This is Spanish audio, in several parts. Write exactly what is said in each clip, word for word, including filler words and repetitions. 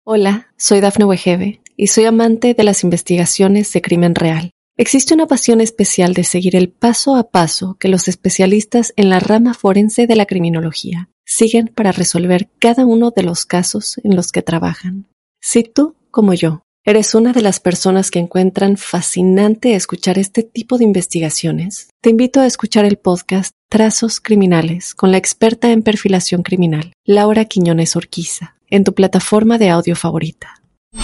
Hola, soy Dafne Wegebe y soy amante de las investigaciones de crimen real. Existe una pasión especial de seguir el paso a paso que los especialistas en la rama forense de la criminología siguen para resolver cada uno de los casos en los que trabajan. Si tú, como yo, eres una de las personas que encuentran fascinante escuchar este tipo de investigaciones, te invito a escuchar el podcast Trazos Criminales con la experta en perfilación criminal, Laura Quiñones Orquiza, en tu plataforma de audio favorita.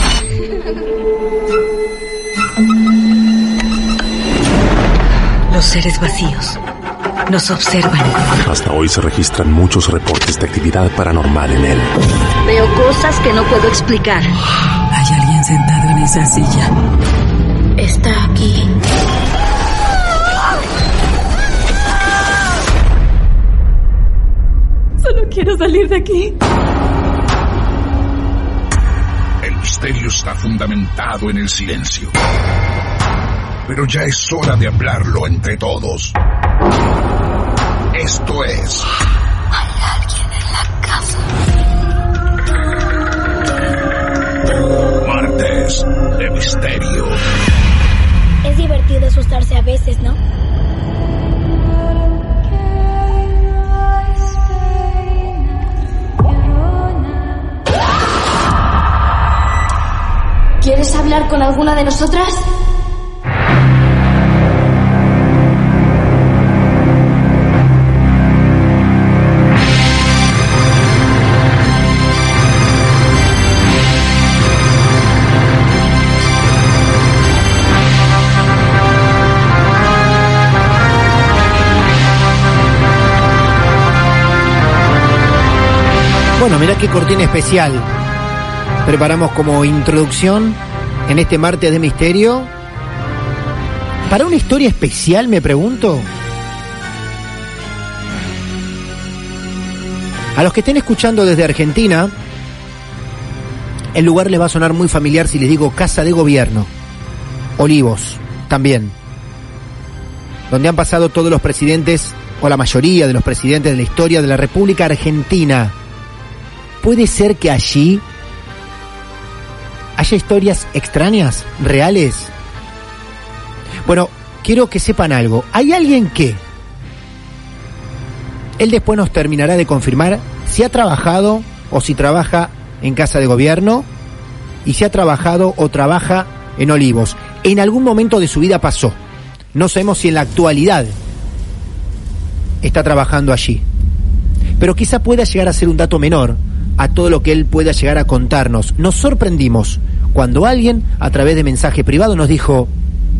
Los seres vacíos nos observan. Hasta hoy se registran muchos reportes de actividad paranormal en él. Veo cosas que no puedo explicar. Hay alguien sentado en esa silla. Está aquí. Solo quiero salir de aquí. El misterio está fundamentado en el silencio. Pero ya es hora de hablarlo entre todos. Esto es... Hay alguien en la casa. Martes de Misterio. Es divertido asustarse a veces, ¿no? ¿Quieres hablar con alguna de nosotras? Bueno, mirá qué cortina especial preparamos como introducción en este martes de misterio. ¿Para una historia especial, me pregunto? A los que estén escuchando desde Argentina, el lugar les va a sonar muy familiar si les digo Casa de Gobierno. Olivos, también. Donde han pasado todos los presidentes, o la mayoría de los presidentes de la historia de la República Argentina. ¿Puede ser que allí haya historias extrañas, reales? Bueno, quiero que sepan algo. Hay alguien que... Él después nos terminará de confirmar si ha trabajado o si trabaja en Casa de Gobierno y si ha trabajado o trabaja en Olivos. En algún momento de su vida pasó. No sabemos si en la actualidad está trabajando allí. Pero quizá pueda llegar a ser un dato menor a todo lo que él pueda llegar a contarnos. Nos sorprendimos cuando alguien, a través de mensaje privado, nos dijo: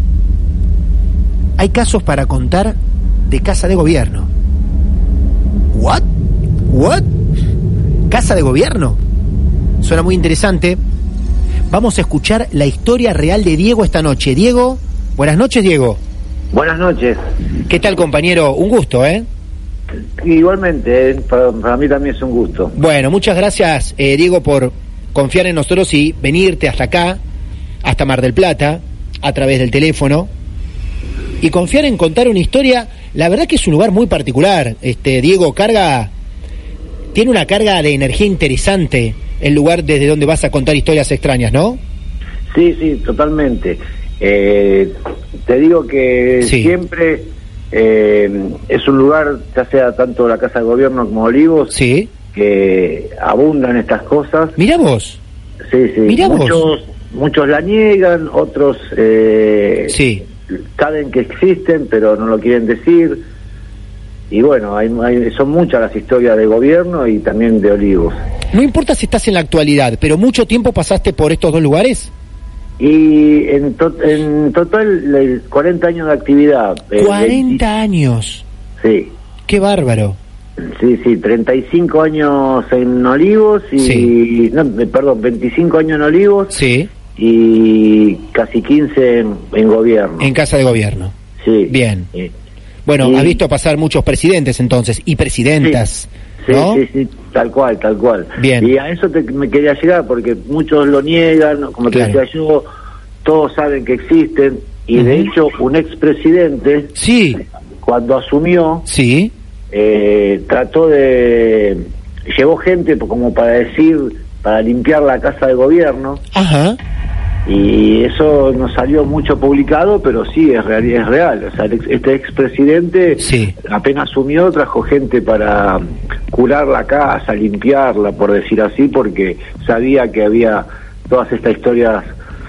hay casos para contar de Casa de Gobierno. ¿What? ¿What? ¿Casa de Gobierno? Suena muy interesante. Vamos a escuchar la historia real de Diego esta noche. Diego, buenas noches, Diego. Buenas noches. ¿Qué tal, compañero? Un gusto, ¿eh? Igualmente, eh, para, para mí también es un gusto. Bueno, muchas gracias, eh, Diego, por confiar en nosotros y venirte hasta acá, hasta Mar del Plata, a través del teléfono, y confiar en contar una historia. La verdad que es un lugar muy particular. Este, Diego, carga, tiene una carga de energía interesante el lugar desde donde vas a contar historias extrañas, ¿no? Sí, sí, totalmente. Eh, te digo que sí. Siempre... Eh, es un lugar, ya sea tanto la Casa de Gobierno como Olivos, sí, que abundan estas cosas. Mirá vos. Sí, sí. Mirá muchos, vos. muchos la niegan, otros eh, sí. saben que existen, pero no lo quieren decir. Y bueno, hay, hay, son muchas las historias de Gobierno y también de Olivos. No importa si estás en la actualidad, pero ¿mucho tiempo pasaste por estos dos lugares? Y en, to en total cuarenta años de actividad. cuarenta años. Sí. Qué bárbaro. Sí, sí, treinta y cinco años en Olivos y... Sí. No, perdón, veinticinco años en Olivos. Sí. Y casi quince en, en Gobierno. En Casa de Gobierno. Sí. Bien. Sí. Bueno, y... has visto pasar muchos presidentes entonces, y presidentas. Sí, ¿no? sí, sí, tal cual, tal cual. Bien. Y a eso te, me quería llegar, porque muchos lo niegan, como te claro. decía yo, todos saben que existen, y uh-huh. de hecho un expresidente, sí. cuando asumió, sí. eh, trató de... llevó gente como para decir, para limpiar la casa de gobierno. Ajá. Y eso no salió mucho publicado, pero sí, es real. Es real. O sea, el ex, este expresidente sí. apenas asumió, trajo gente para curar la casa, limpiarla, por decir así, porque sabía que había todas estas historias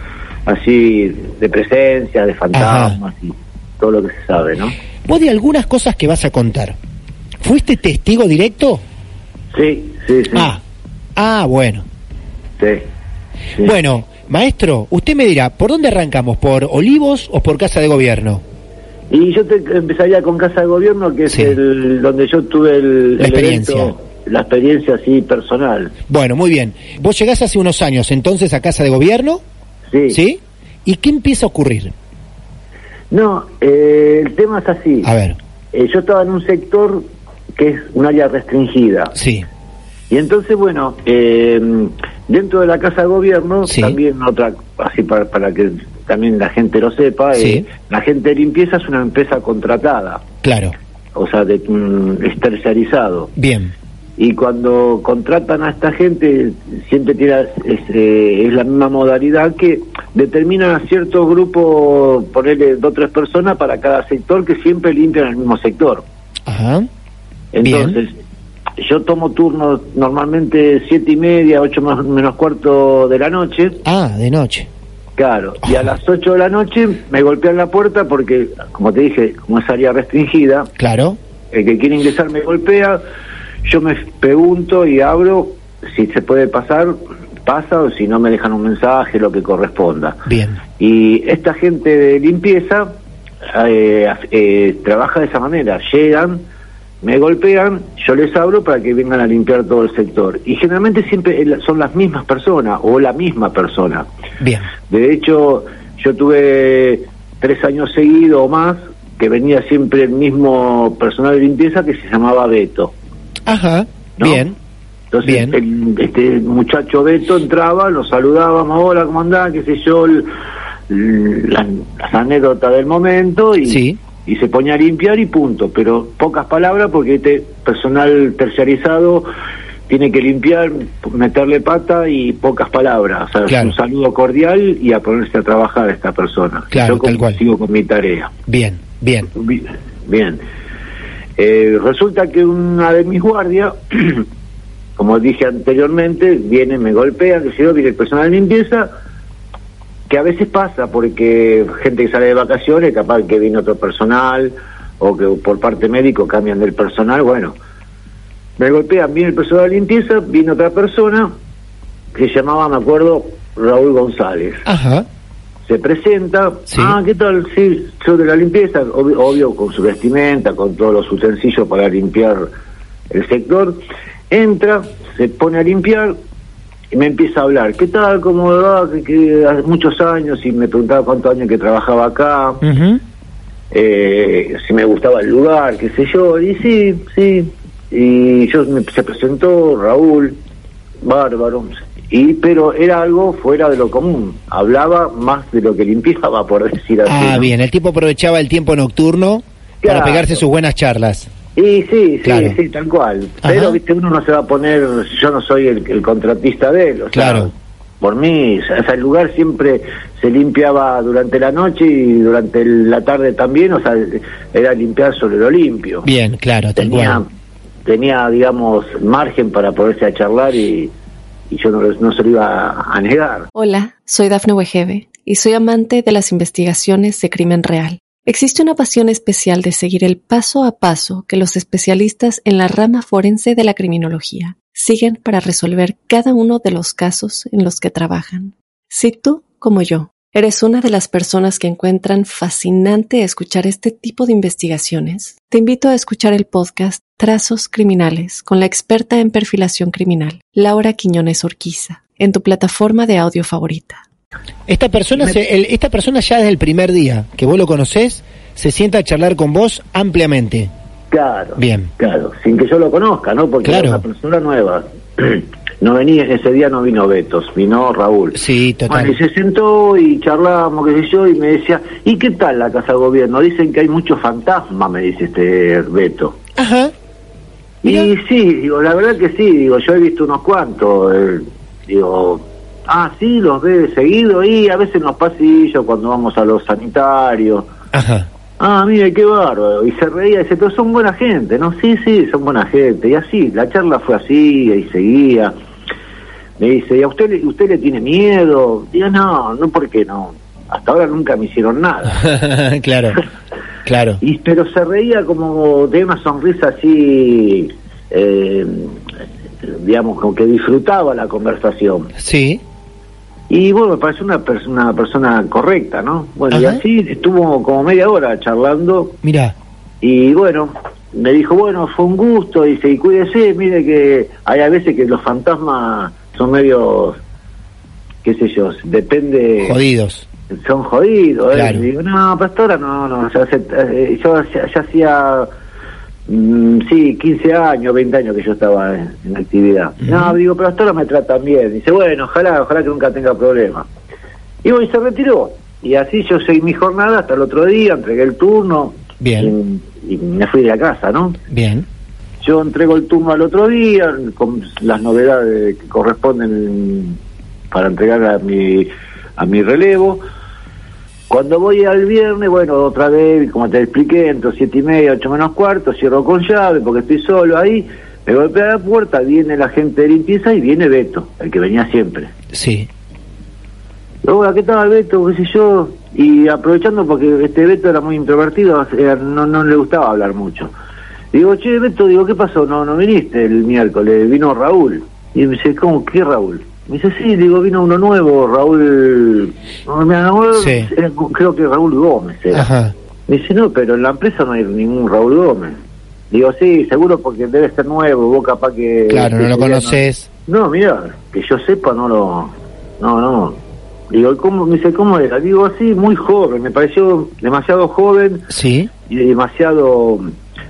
así de presencia, de fantasmas. Ajá. Y todo lo que se sabe, ¿no? Vos de algunas cosas que vas a contar, ¿fuiste testigo directo? Sí, sí, sí. Ah, ah bueno. Sí, sí. Bueno, maestro, usted me dirá, ¿por dónde arrancamos? ¿Por Olivos o por Casa de Gobierno? Y yo te empezaría con Casa de Gobierno, que sí. es el donde yo tuve el, la el experiencia. Evento, la experiencia así personal. Bueno, muy bien. Vos llegás hace unos años entonces a Casa de Gobierno. Sí. ¿Sí? ¿Y qué empieza a ocurrir? No, eh, el tema es así. A ver. Eh, yo estaba en un sector que es un área restringida. Sí. Y entonces, bueno, eh, dentro de la Casa de Gobierno, sí. también otra, así para, para que también la gente lo sepa, sí. eh, la gente de limpieza es una empresa contratada. Claro. O sea, de, mm, es terciarizado. Bien. Y cuando contratan a esta gente, siempre tiene, es, eh, es la misma modalidad que determinan a cierto grupo, ponerle dos o tres personas para cada sector, que siempre limpian el mismo sector. Ajá. Entonces, bien. Yo tomo turnos normalmente siete y media, ocho más menos cuarto de la noche. Ah, de noche. Claro, y a las ocho de la noche me golpean la puerta porque, como te dije, como es área restringida, claro, el que quiere ingresar me golpea. Yo me pregunto y abro, si se puede pasar, pasa, o si no me dejan un mensaje, lo que corresponda. Bien. Y esta gente de limpieza eh, eh, trabaja de esa manera, llegan, me golpean, yo les abro para que vengan a limpiar todo el sector. Y generalmente siempre son las mismas personas, o la misma persona. Bien. De hecho, yo tuve tres años seguidos o más, que venía siempre el mismo personal de limpieza que se llamaba Beto. Ajá, ¿no? Bien. Entonces, bien. El, este muchacho Beto entraba, lo saludábamos, hola, ¿cómo andás? Qué sé yo, el, el, las, las anécdotas del momento, y, sí. y se ponía a limpiar y punto. Pero pocas palabras, porque este personal terciarizado tiene que limpiar, meterle pata y pocas palabras. O sea, claro. Un saludo cordial y a ponerse a trabajar esta persona. Claro, yo tal cual. Sigo con mi tarea. Bien, bien. Bien. Eh, resulta que una de mis guardias, como dije anteriormente, viene, me golpea, que si yo, viene el personal de limpieza, que a veces pasa porque gente que sale de vacaciones, capaz que viene otro personal, o que por parte médico cambian del personal, bueno, me golpean, viene el personal de limpieza, viene otra persona, que se llamaba, me acuerdo, Raúl González. Ajá. Se presenta, sí. Ah, ¿qué tal? Sí, yo de la limpieza, obvio, obvio, con su vestimenta, con todos los utensilios para limpiar el sector. Entra, se pone a limpiar y me empieza a hablar. ¿Qué tal? ¿Cómo va? Que, que hace muchos años, y me preguntaba cuántos años que trabajaba acá, uh-huh. eh, si me gustaba el lugar, qué sé yo. Y sí, sí. Y yo me, se presentó Raúl, bárbaro. Y pero era algo fuera de lo común, hablaba más de lo que limpiaba, por decir así. Ah, ¿no? Bien, el tipo aprovechaba el tiempo nocturno, claro, para pegarse sus buenas charlas. Y sí, sí, claro. sí, tal cual. Ajá. Pero, viste, uno no se va a poner, yo no soy el, el contratista de él, o claro. sea, por mí, o sea, el lugar siempre se limpiaba durante la noche y durante la tarde también, o sea, era limpiar sobre lo limpio. Bien, claro, tal tenía, cual. Tenía, digamos, margen para poderse a charlar y... y yo no, no se lo iba a negar. Hola, soy Dafne Wegebe y soy amante de las investigaciones de crimen real. Existe una pasión especial de seguir el paso a paso que los especialistas en la rama forense de la criminología siguen para resolver cada uno de los casos en los que trabajan. Si tú, como yo, eres una de las personas que encuentran fascinante escuchar este tipo de investigaciones, te invito a escuchar el podcast Trazos Criminales con la experta en perfilación criminal, Laura Quiñones Orquiza, en tu plataforma de audio favorita. Esta persona, Me... se, el, esta persona ya desde el primer día que vos lo conocés, se sienta a charlar con vos ampliamente. Claro. Bien. Claro, sin que yo lo conozca, ¿no? Porque claro. Era una persona nueva. No venía, ese día no vino Betos, vino Raúl. Sí, total. Bueno, y se sentó y charlábamos, qué sé yo, y me decía, ¿y qué tal la Casa de Gobierno? Dicen que hay muchos fantasmas, me dice este Beto. Ajá. Y sí, digo, la verdad que sí, digo, yo he visto unos cuantos. Eh, Digo, ah, sí, los ve seguido, y a veces en los pasillos, cuando vamos a los sanitarios. Ajá. Ah, mire, qué bárbaro. Y se reía, y dice, pero son buena gente, ¿no? Sí, sí, son buena gente. Y así, la charla fue así, y seguía. Me dice, ¿y a usted, le- usted le tiene miedo? Digo, no, no, porque no. Hasta ahora nunca me hicieron nada. Claro, claro. Y, pero se reía como de una sonrisa así, eh, digamos, como que disfrutaba la conversación. Sí. Y bueno, me pareció una, pers- una persona correcta, ¿no? Bueno, y Ajá. así estuvo como media hora charlando. Mira. Y bueno, me dijo, bueno, fue un gusto, dice, y cuídese, mire que hay a veces que los fantasmas son medios, qué sé yo, depende... Jodidos. Son jodidos, ¿eh? Claro. Y digo, no, pastora, no, no, ya, hace- eh, yo ya, ya hacía, mm, sí, quince años, veinte años que yo estaba en, en actividad. Ujú. No, digo, pero hasta ahora me tratan bien. Dice, bueno, ojalá, ojalá que nunca tenga problemas. Y bueno, y se retiró. Y así yo seguí mi jornada hasta el otro día, entregué el turno. Bien. Y, y me fui de la casa, ¿no? Bien. Yo entrego el turno al otro día, con las novedades que corresponden para entregar a mi, a mi relevo. Cuando voy al viernes, bueno, otra vez, como te expliqué, entro siete y media, ocho menos cuarto, cierro con llave porque estoy solo ahí, me golpea la puerta, viene la gente de limpieza y viene Beto, el que venía siempre. Sí. Hola, ¿qué tal, Beto? ¿Qué sé yo? Y aprovechando porque este Beto era muy introvertido, era- no, no le gustaba hablar mucho. Digo, che, Beto, digo, ¿qué pasó? No, no viniste el miércoles, vino Raúl. Y me dice, ¿cómo? ¿Qué Raúl? Me dice, sí, digo, vino uno nuevo, Raúl... No, me acuerdo, Sí. era- creo que Raúl Gómez era. Ajá. Me dice, no, pero en la empresa no hay ningún Raúl Gómez. Digo, sí, seguro porque debe ser nuevo, vos capaz que... Claro, no que lo sería, conoces. No, no mira, que yo sepa no lo... No, no. Digo, ¿cómo? Me dice, ¿cómo era? Digo, así, muy joven, me pareció demasiado joven Sí. y demasiado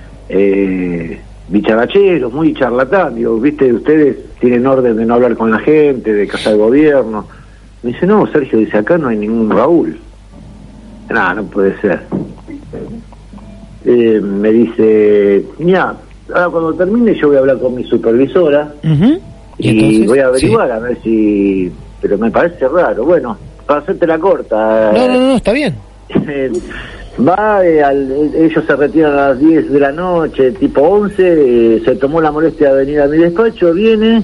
eh, bicharachero, muy charlatán. Digo, viste, ustedes tienen orden de no hablar con la gente, de casa de gobierno. Me dice, no, Sergio, dice, acá no hay ningún Raúl. No, no puede ser. Eh, me dice, mira, ahora cuando termine yo voy a hablar con mi supervisora Ujú. y, entonces? voy a averiguar a ver si... Pero me parece raro. Bueno, para hacerte la corta... Sí. No, no, no, está bien. eh, va, eh, al- ellos se retiran a las diez de la noche, tipo once, eh, se tomó la molestia de venir a mi despacho, viene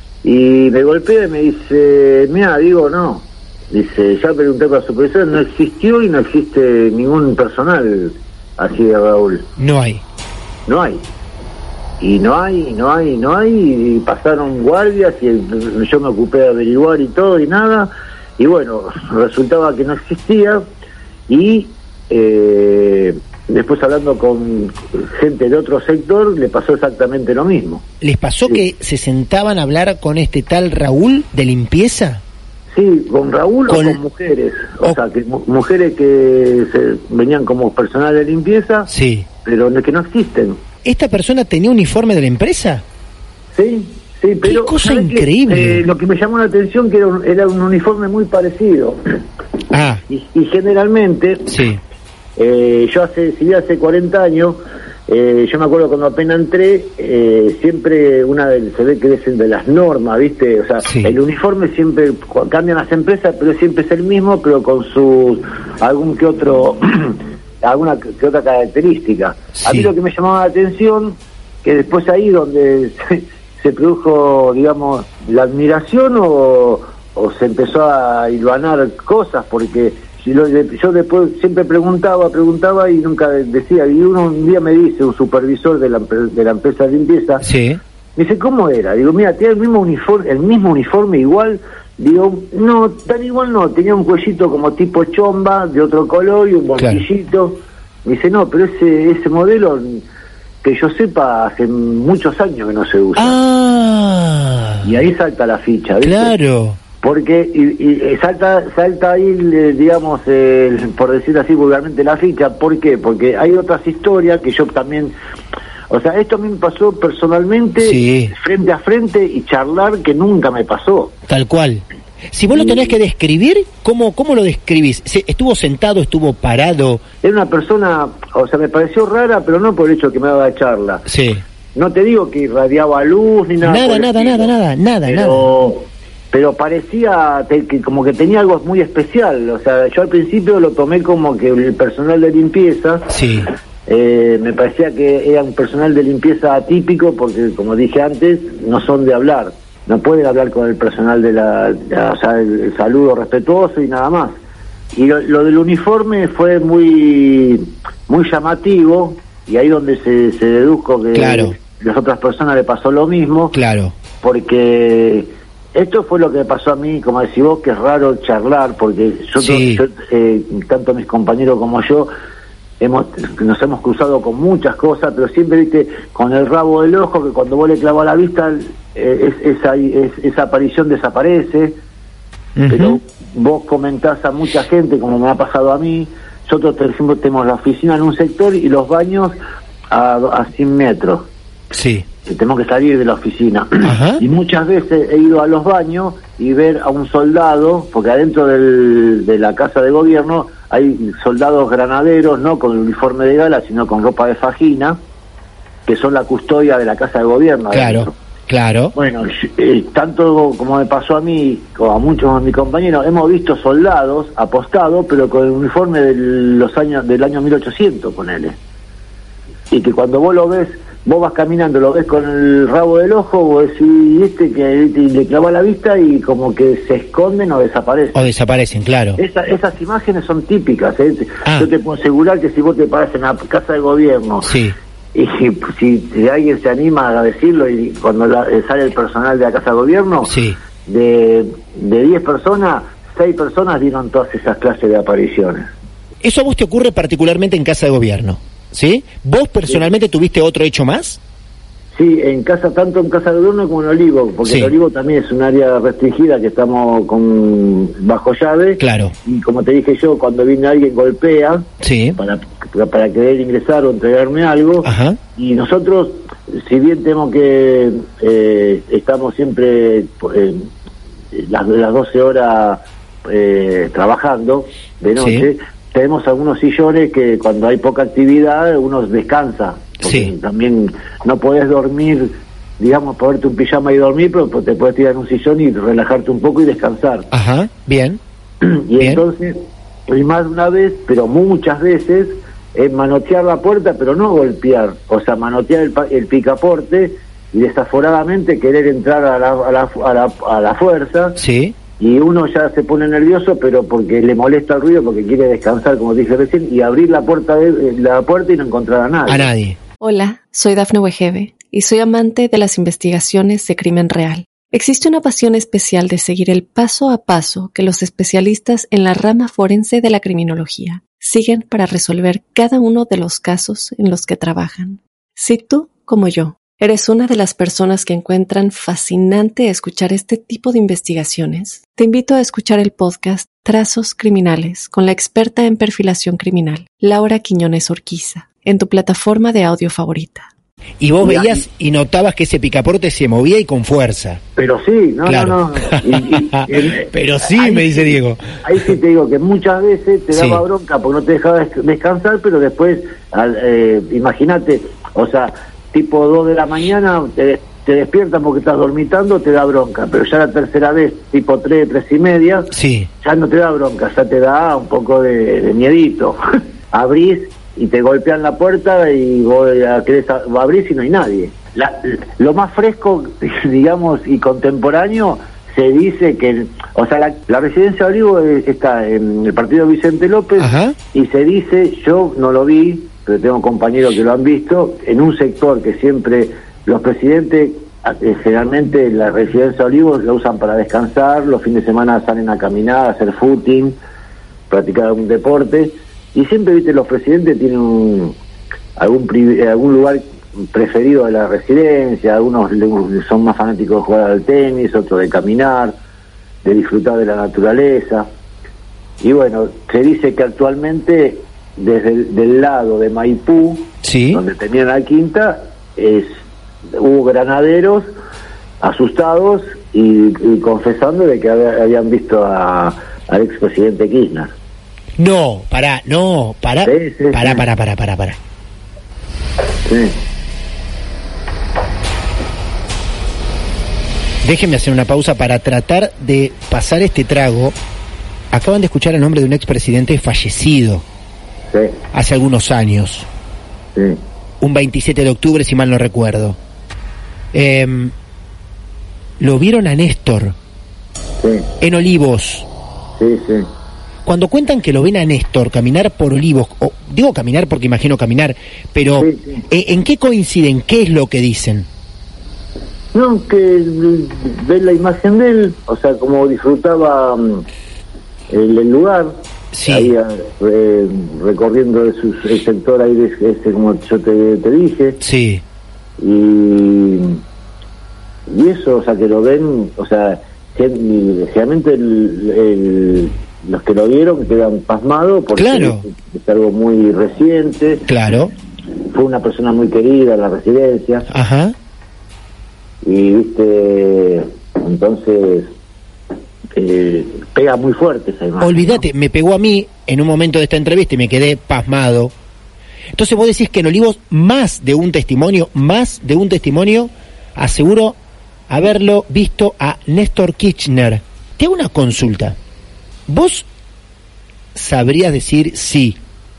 y me golpea y me dice, mira, digo, no. Dice, ya pregunté para la supervisora, no existió y no existe ningún personal así de Raúl. No hay. No hay. Y no hay, no hay, no hay, y pasaron guardias y el- yo me ocupé de averiguar y todo y nada, y bueno, resultaba que no existía, y eh, después hablando con gente de otro sector, le pasó exactamente lo mismo. ¿Les pasó Sí. que se sentaban a hablar con este tal Raúl de limpieza? Sí, con Raúl Con- o con mujeres, o, o- sea, que mu- mujeres que se, venían como personal de limpieza, Sí. pero no- que no existen. ¿Esta persona tenía uniforme de la empresa? Sí, sí, pero... cosa ¿sabes qué? increíble! Eh, lo que me llamó la atención que era un, era un uniforme muy parecido. Ah, Y, y generalmente, sí. eh, yo hace, si bien hace cuarenta años, eh, yo me acuerdo cuando apenas entré, eh, siempre una de, se ve que es de las normas, ¿viste? O sea, Sí. el uniforme siempre, cu- cambian las empresas, pero siempre es el mismo, pero con su, algún que otro, alguna que que otra característica. A Sí. mí lo que me llamaba la atención, que después ahí donde se, se produjo, digamos, la admiración o, o se empezó a hilvanar cosas, porque si lo- yo después siempre preguntaba, preguntaba y nunca decía, y uno un día me dice, un supervisor de la, empre- de la empresa de limpieza, Sí. me dice, ¿cómo era? Digo, mira, tiene el mismo uniforme, el mismo uniforme igual. Digo, no, tan igual no, tenía un cuellito como tipo chomba, de otro color y un Claro. bolsillito. Me dice, no, pero ese ese modelo, que yo sepa, hace muchos años que no se usa. Ah, Y ahí salta la ficha, ¿viste? claro. Porque y, y, eh, salta salta ahí, eh, digamos, eh, por decir así vulgarmente, la ficha. ¿Por qué? Porque hay otras historias que yo también... O sea, esto a mí me pasó personalmente, Sí. frente a frente, y charlar que nunca me pasó. Tal cual. Si vos lo tenés que describir, ¿cómo, cómo lo describís? ¿Se- ¿Estuvo sentado, estuvo parado? Era una persona, o sea, me pareció rara, pero no por el hecho que me daba charla. Sí. No te digo que irradiaba luz ni nada. Nada, por el nada, estilo, nada, nada, nada, pero, pero parecía te, que como que tenía algo muy especial. O sea, yo al principio lo tomé como que el personal de limpieza, sí. eh, me parecía que era un personal de limpieza atípico, porque como dije antes, no son de hablar, no pueden hablar con el personal de la, de la o sea, el, el saludo respetuoso y nada más. Y lo, lo del uniforme fue muy muy llamativo, y ahí donde se, se dedujo que claro. las otras personas le pasó lo mismo, claro, porque esto fue lo que me pasó a mí, como decís vos, que es raro charlar, porque yo, sí. yo eh, tanto mis compañeros como yo hemos nos hemos cruzado con muchas cosas, pero siempre, viste, con el rabo del ojo, que cuando vos le clavas la vista, eh, es, esa, es, esa aparición desaparece. Uh-huh. Pero vos comentás a mucha gente, como me ha pasado a mí. Nosotros, por ejemplo, tenemos la oficina en un sector y los baños a, a cien metros. Sí. Tenemos que salir de la oficina. Ajá. Y muchas veces he ido a los baños y ver a un soldado, porque adentro del, de la casa de gobierno hay soldados granaderos, no con el uniforme de gala, sino con ropa de fajina, que son la custodia de la casa de gobierno. Claro. Adentro. Claro. Bueno, eh, tanto como me pasó a mí, o a muchos de mis compañeros, hemos visto soldados apostados, pero con el uniforme de los años del año mil ochocientos, ponele. Y que cuando vos lo ves, vos vas caminando, lo ves con el rabo del ojo, vos decís, este que le clava la vista y como que se esconden o desaparecen. O desaparecen, claro. Esa, esas imágenes son típicas, ¿eh? Ah. Yo te puedo asegurar que si vos te paras en la casa de gobierno, sí. y si, si alguien se anima a decirlo, y cuando la, sale el personal de la casa de gobierno, sí. de de diez personas, seis personas dieron todas esas clases de apariciones. Eso a vos te ocurre particularmente en casa de gobierno, ¿sí? ¿Vos personalmente sí. tuviste otro hecho más? Sí, en casa, tanto en casa de gobierno como en Olivo, porque sí. el Olivo también es un área restringida que estamos con bajo llave. Claro. Y como te dije yo, cuando viene alguien golpea, sí. para para querer ingresar o entregarme algo. Ajá. Y nosotros, si bien tenemos que eh, estamos siempre eh, las, las doce horas eh, trabajando de noche, sí. tenemos algunos sillones que cuando hay poca actividad uno descansa, porque sí. también no podés dormir, digamos, ponerte un pijama y dormir, pero te puedes tirar en un sillón y relajarte un poco y descansar. Ajá, bien. Y bien. Entonces, y más de una vez, pero muchas veces, es manotear la puerta, pero no golpear, o sea, manotear el, el picaporte y desaforadamente querer entrar a la, a la, a la, a la fuerza. Sí. Y uno ya se pone nervioso, pero porque le molesta el ruido, porque quiere descansar, como dije recién, y abrir la puerta de, la puerta y no encontrar a nadie. A nadie. Hola, soy Dafne Wegebe y soy amante de las investigaciones de crimen real. Existe una pasión especial de seguir el paso a paso que los especialistas en la rama forense de la criminología siguen para resolver cada uno de los casos en los que trabajan. Si tú, como yo, eres una de las personas que encuentran fascinante escuchar este tipo de investigaciones, te invito a escuchar el podcast Trazos Criminales con la experta en perfilación criminal, Laura Quiñones Orquiza, en tu plataforma de audio favorita. Y vos veías y notabas que ese picaporte se movía y con fuerza. Pero sí, no, claro. no, no. Y, y, y, Pero sí, me dice sí, Diego. Ahí sí te digo que muchas veces te daba sí. bronca porque no te dejaba descansar, pero después, eh, imagínate, o sea, tipo dos de la mañana te, te despiertan porque estás dormitando, te da bronca, pero ya la tercera vez, tipo tres, tres y media, sí. ya no te da bronca, ya te da un poco de, de miedito. Abrís y te golpean la puerta y vos querés abrir y no hay nadie. La, lo más fresco, digamos, y contemporáneo, se dice que, o sea, la, la residencia de Olivo está en el partido Vicente López. Ajá. Y se dice, yo no lo vi, pero tengo compañeros que lo han visto, en un sector que siempre los presidentes, generalmente la residencia de Olivos la usan para descansar, los fines de semana salen a caminar, a hacer footing, practicar algún deporte. Y siempre, viste, los presidentes tienen un, algún algún lugar preferido de la residencia, algunos son más fanáticos de jugar al tenis, otros de caminar, de disfrutar de la naturaleza. Y bueno, se dice que actualmente desde el del lado de Maipú, sí, donde tenían la quinta, es, hubo granaderos asustados y, y confesando de que habían visto a, al expresidente Kirchner. No, pará, no, pará, sí, sí, pará, sí. pará, pará, pará, pará. Sí. Déjenme hacer una pausa para tratar de pasar este trago. Acaban de escuchar el nombre de un expresidente fallecido. Sí. Hace algunos años. Sí. Un veintisiete de octubre, si mal no recuerdo. Eh, lo vieron a Néstor. Sí. En Olivos. Sí, sí. Cuando cuentan que lo ven a Néstor caminar por Olivos, o, digo caminar porque imagino caminar, pero Sí, sí. ¿en qué coinciden? ¿Qué es lo que dicen? No, que ves la imagen de él, o sea, como disfrutaba um, el, el lugar, Sí. ahí eh, recorriendo su, el sector ahí, de, ese, como yo te, te dije, Sí. y, y eso, o sea, que lo ven, o sea, gen- generalmente el, el, los que lo vieron quedan pasmados porque Claro. es, es algo muy reciente, Claro. fue una persona muy querida en la residencia. Ajá. Y viste, entonces eh, pega muy fuerte esa imagen. Olvídate, me pegó a mí en un momento de esta entrevista y me quedé pasmado. Entonces vos decís que en Olivos más de un testimonio, más de un testimonio, aseguro haberlo visto a Néstor Kirchner. Te hago una consulta. ¿Vos sabrías decir si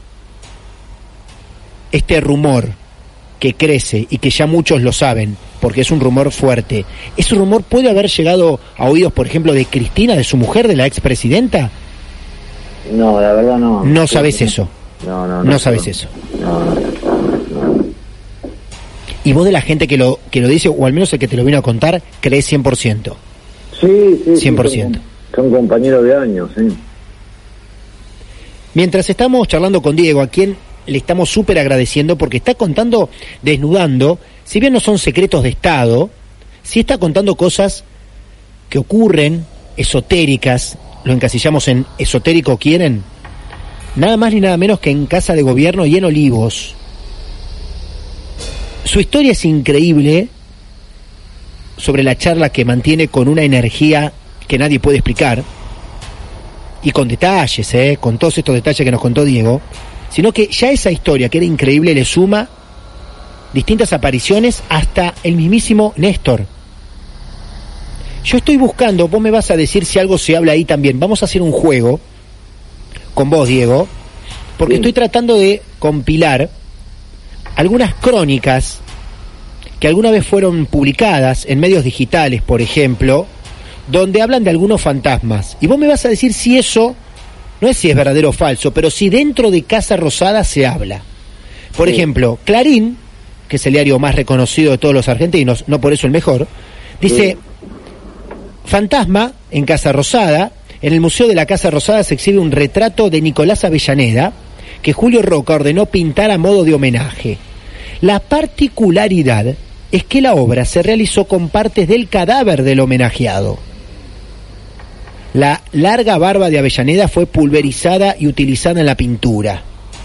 este rumor que crece y que ya muchos lo saben, porque es un rumor fuerte, ese rumor puede haber llegado a oídos, por ejemplo, de Cristina, de su mujer, de la expresidenta? No, la verdad no. No sabes eso. No, no, no. No sabes eso. No, no, no. Y vos de la gente que lo que lo dice, o al menos el que te lo vino a contar, crees cien por ciento. Sí, sí. cien por ciento. Sí, son, son compañeros de años, sí. Mientras estamos charlando con Diego, a quien le estamos súper agradeciendo porque está contando, desnudando, si bien no son secretos de Estado, sí está contando cosas que ocurren, esotéricas, lo encasillamos en esotérico, ¿quieren? Nada más ni nada menos que en Casa de Gobierno y en Olivos. Su historia es increíble sobre la charla que mantiene con una energía que nadie puede explicar, y con detalles, ¿eh? Con todos estos detalles que nos contó Diego, sino que ya esa historia, que era increíble, le suma distintas apariciones hasta el mismísimo Néstor. Yo estoy buscando, vos me vas a decir si algo se habla ahí también. Vamos a hacer un juego con vos, Diego, porque Sí. estoy tratando de compilar algunas crónicas que alguna vez fueron publicadas en medios digitales, por ejemplo, donde hablan de algunos fantasmas. Y vos me vas a decir si eso, no es si es verdadero o falso, pero si dentro de Casa Rosada se habla. Por Sí. ejemplo, Clarín, que es el diario más reconocido de todos los argentinos, no por eso el mejor, dice, Sí. fantasma en Casa Rosada. En el Museo de la Casa Rosada se exhibe un retrato de Nicolás Avellaneda que Julio Roca ordenó pintar a modo de homenaje. La particularidad es que la obra se realizó con partes del cadáver del homenajeado. La larga barba de Avellaneda fue pulverizada y utilizada en la pintura.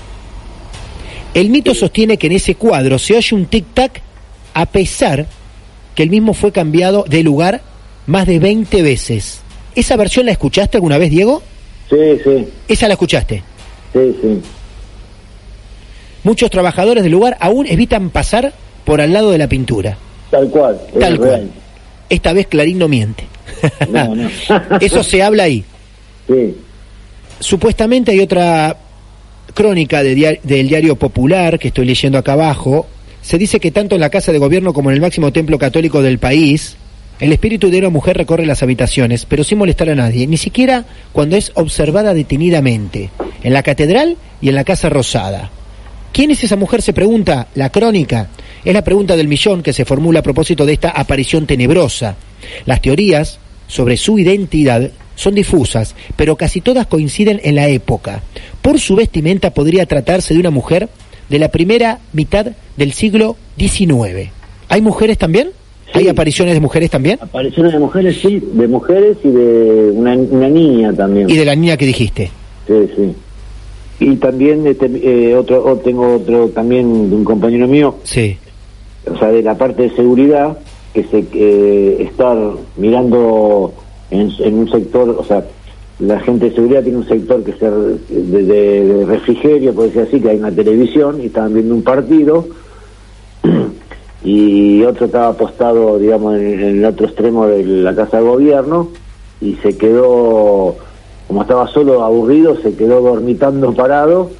El mito sostiene que en ese cuadro se oye un tic-tac a pesar que el mismo fue cambiado de lugar más de veinte veces. ¿Esa versión la escuchaste alguna vez, Diego? Sí, sí, Esa la escuchaste. sí, sí. Muchos trabajadores del lugar aún evitan pasar por al lado de la pintura. Tal cual. es Tal cual. real. Esta vez Clarín no miente. No, no. Eso se habla ahí. Sí, Supuestamente hay otra crónica de diar- del diario Popular, que estoy leyendo acá abajo. Se dice que tanto en la Casa de Gobierno como en el máximo templo católico del país, el espíritu de una mujer recorre las habitaciones, pero sin molestar a nadie, ni siquiera cuando es observada detenidamente, en la catedral y en la Casa Rosada. ¿Quién es esa mujer?, se pregunta la crónica. Es la pregunta del millón que se formula a propósito de esta aparición tenebrosa. Las teorías sobre su identidad son difusas, pero casi todas coinciden en la época. Por su vestimenta podría tratarse de una mujer de la primera mitad del siglo diecinueve. ¿Hay mujeres también? Sí. ¿Hay apariciones de mujeres también? apariciones de mujeres, sí, de mujeres y de una, una niña también. Y de la niña que dijiste. Sí, sí. Y también este, eh, otro, o tengo otro también de un compañero mío, Sí. o sea, de la parte de seguridad, que se eh, estar mirando en, en un sector, o sea, la gente de seguridad tiene un sector que es de, de, de refrigerio, por decir así, que hay una televisión y estaban viendo un partido y y otro estaba apostado, digamos, en, en el otro extremo de la casa de gobierno, y se quedó, como estaba solo, aburrido, se quedó dormitando parado,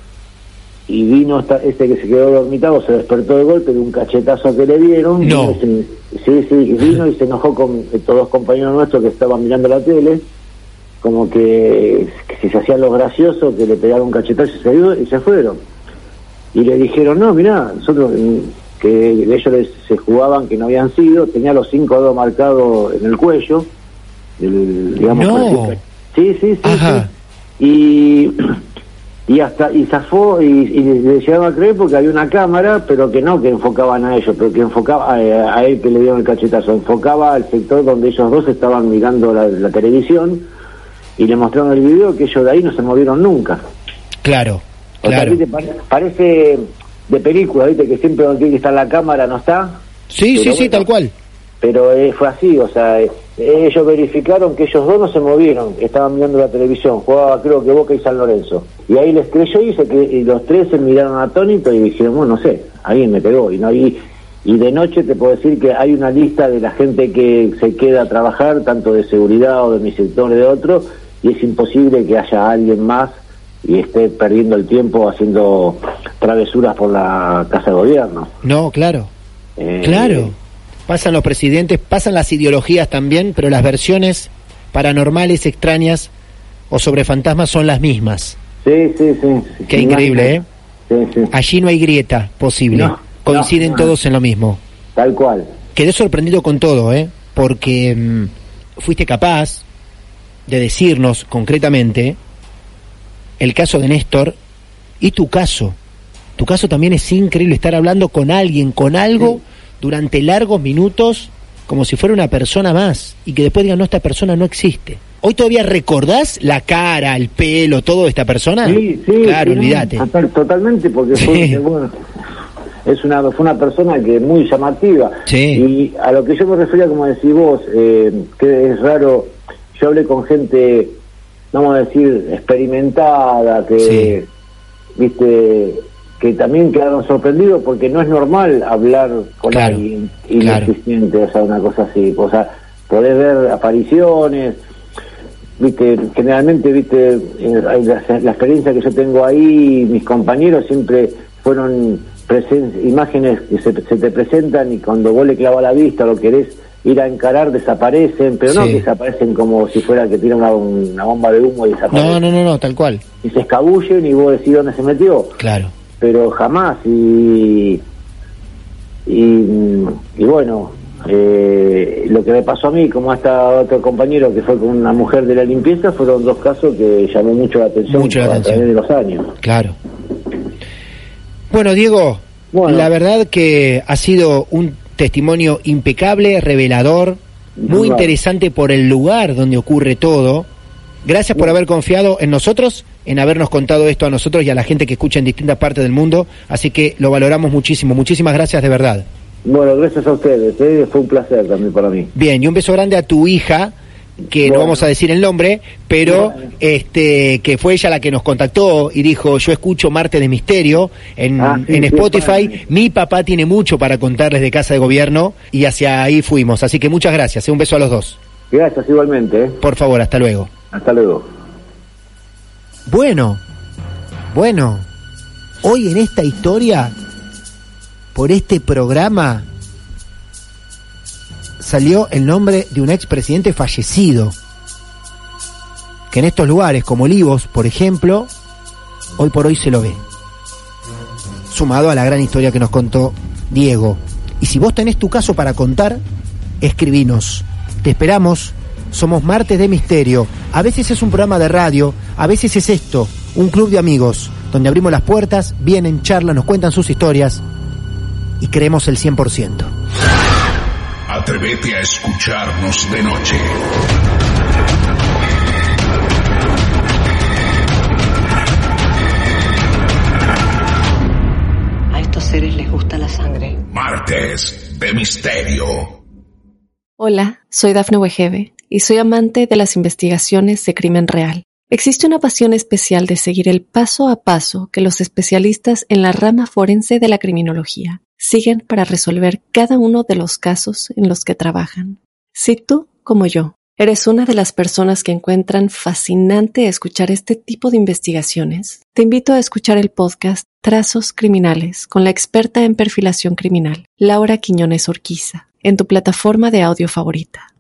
y vino esta, este que se quedó dormitado, se despertó de golpe de un cachetazo que le dieron. No. Se, sí, sí, vino y se enojó con estos dos compañeros nuestros que estaban mirando la tele, como que, que si se hacían los graciosos, que le pegaron un cachetazo y se, dio, y se fueron. Y le dijeron, no, mirá, nosotros, que ellos les, se jugaban que no habían sido, tenía los cinco dedos marcados en el cuello, el, digamos, no. sí, sí, sí, Ajá. sí. Y... y hasta y zafó y, y le llegaban a creer porque había una cámara, pero que no que enfocaban a ellos, pero que enfocaba a, a él que le dieron el cachetazo, enfocaba al sector donde ellos dos estaban mirando la, la televisión, y le mostraron el video que ellos de ahí no se movieron nunca. Claro, O claro. sea, pare, parece de película, ¿viste? Que siempre donde tiene que estar la cámara no está. Sí, sí, Pero sí, bueno, tal cual. Pero eh, fue así, o sea, eh, ellos verificaron que ellos dos no se movieron, estaban mirando la televisión, jugaba creo que Boca y San Lorenzo. Y ahí les creyó y, se que, y los tres se miraron atónitos y dijeron, bueno, no sé, alguien me pegó. Y, no, y, y de noche te puedo decir que hay una lista de la gente que se queda a trabajar, tanto de seguridad o de mi sector o de otro, y es imposible que haya alguien más y esté perdiendo el tiempo haciendo travesuras por la Casa de Gobierno. No, claro. Eh, Claro. Pasan los presidentes, pasan las ideologías también, pero las versiones paranormales, extrañas o sobre fantasmas son las mismas. Sí, sí, sí. sí Qué sí, increíble, ¿eh? Sí, sí. Allí no hay grieta posible. No, Coinciden no, todos en lo mismo. Tal cual. Quedé sorprendido con todo, ¿eh? Porque mmm, fuiste capaz de decirnos concretamente el caso de Néstor y tu caso. Tu caso también es increíble, estar hablando con alguien, con algo, sí, durante largos minutos, como si fuera una persona más, y que después digan, no, esta persona no existe. ¿Hoy todavía recordás la cara, el pelo, todo de esta persona? Sí, sí. Claro, sí, olvídate. Total, totalmente, porque Sí. fue, bueno, es una, fue una persona que es muy llamativa. Sí. Y a lo que yo me refería, como decís vos, eh, que es raro, yo hablé con gente, vamos a decir, experimentada, que, Sí. viste, que también quedaron sorprendidos porque no es normal hablar con Claro, alguien claro. inexistente, o sea, una cosa así, o sea, podés ver apariciones, viste, generalmente, viste, eh, hay la, la experiencia que yo tengo ahí, mis compañeros siempre fueron presen- imágenes que se, se te presentan y cuando vos le clavas la vista o lo querés ir a encarar, desaparecen, pero no Sí. que desaparecen como si fuera que tiran una, una bomba de humo y desaparecen. No, no, no, no, tal cual. Y se escabullen y vos decís dónde se metió. Claro. Pero jamás, y y, y bueno, eh, lo que me pasó a mí, como a esta otro compañero que fue con una mujer de la limpieza, fueron dos casos que llamó mucho la atención, Mucho la a atención. través de los años. Claro. Bueno, Diego, Bueno. la verdad que ha sido un testimonio impecable, revelador, muy Bueno. interesante por el lugar donde ocurre todo. Gracias por haber confiado en nosotros, en habernos contado esto a nosotros y a la gente que escucha en distintas partes del mundo, así que lo valoramos muchísimo. Muchísimas gracias de verdad. Bueno, gracias a ustedes, ¿eh? Fue un placer también para mí. Bien, y un beso grande a tu hija, que Bueno. no vamos a decir el nombre, pero Bueno. este que fue ella la que nos contactó y dijo, yo escucho Martes de Misterio en, Ah, sí, en sí, Spotify, padre. mi papá tiene mucho para contarles de Casa de Gobierno y hacia ahí fuimos, así que muchas gracias, un beso a los dos. Gracias igualmente, ¿eh? Por favor, hasta luego. Hasta luego. Bueno, bueno, hoy en esta historia, por este programa, salió el nombre de un expresidente fallecido, que en estos lugares como Olivos, por ejemplo, hoy por hoy se lo ve, sumado a la gran historia que nos contó Diego. Y si vos tenés tu caso para contar, escribinos, te esperamos. Somos Martes de Misterio. A veces es un programa de radio, a veces es esto, un club de amigos, donde abrimos las puertas, vienen, charlan, nos cuentan sus historias y creemos el cien por ciento. Atrévete a escucharnos de noche. A estos seres les gusta la sangre. Martes de Misterio. Hola, soy Dafne Wegebe y soy amante de las investigaciones de crimen real. Existe una pasión especial de seguir el paso a paso que los especialistas en la rama forense de la criminología siguen para resolver cada uno de los casos en los que trabajan. Si tú, como yo, eres una de las personas que encuentran fascinante escuchar este tipo de investigaciones, te invito a escuchar el podcast Trazos Criminales con la experta en perfilación criminal, Laura Quiñones Orquiza, en tu plataforma de audio favorita.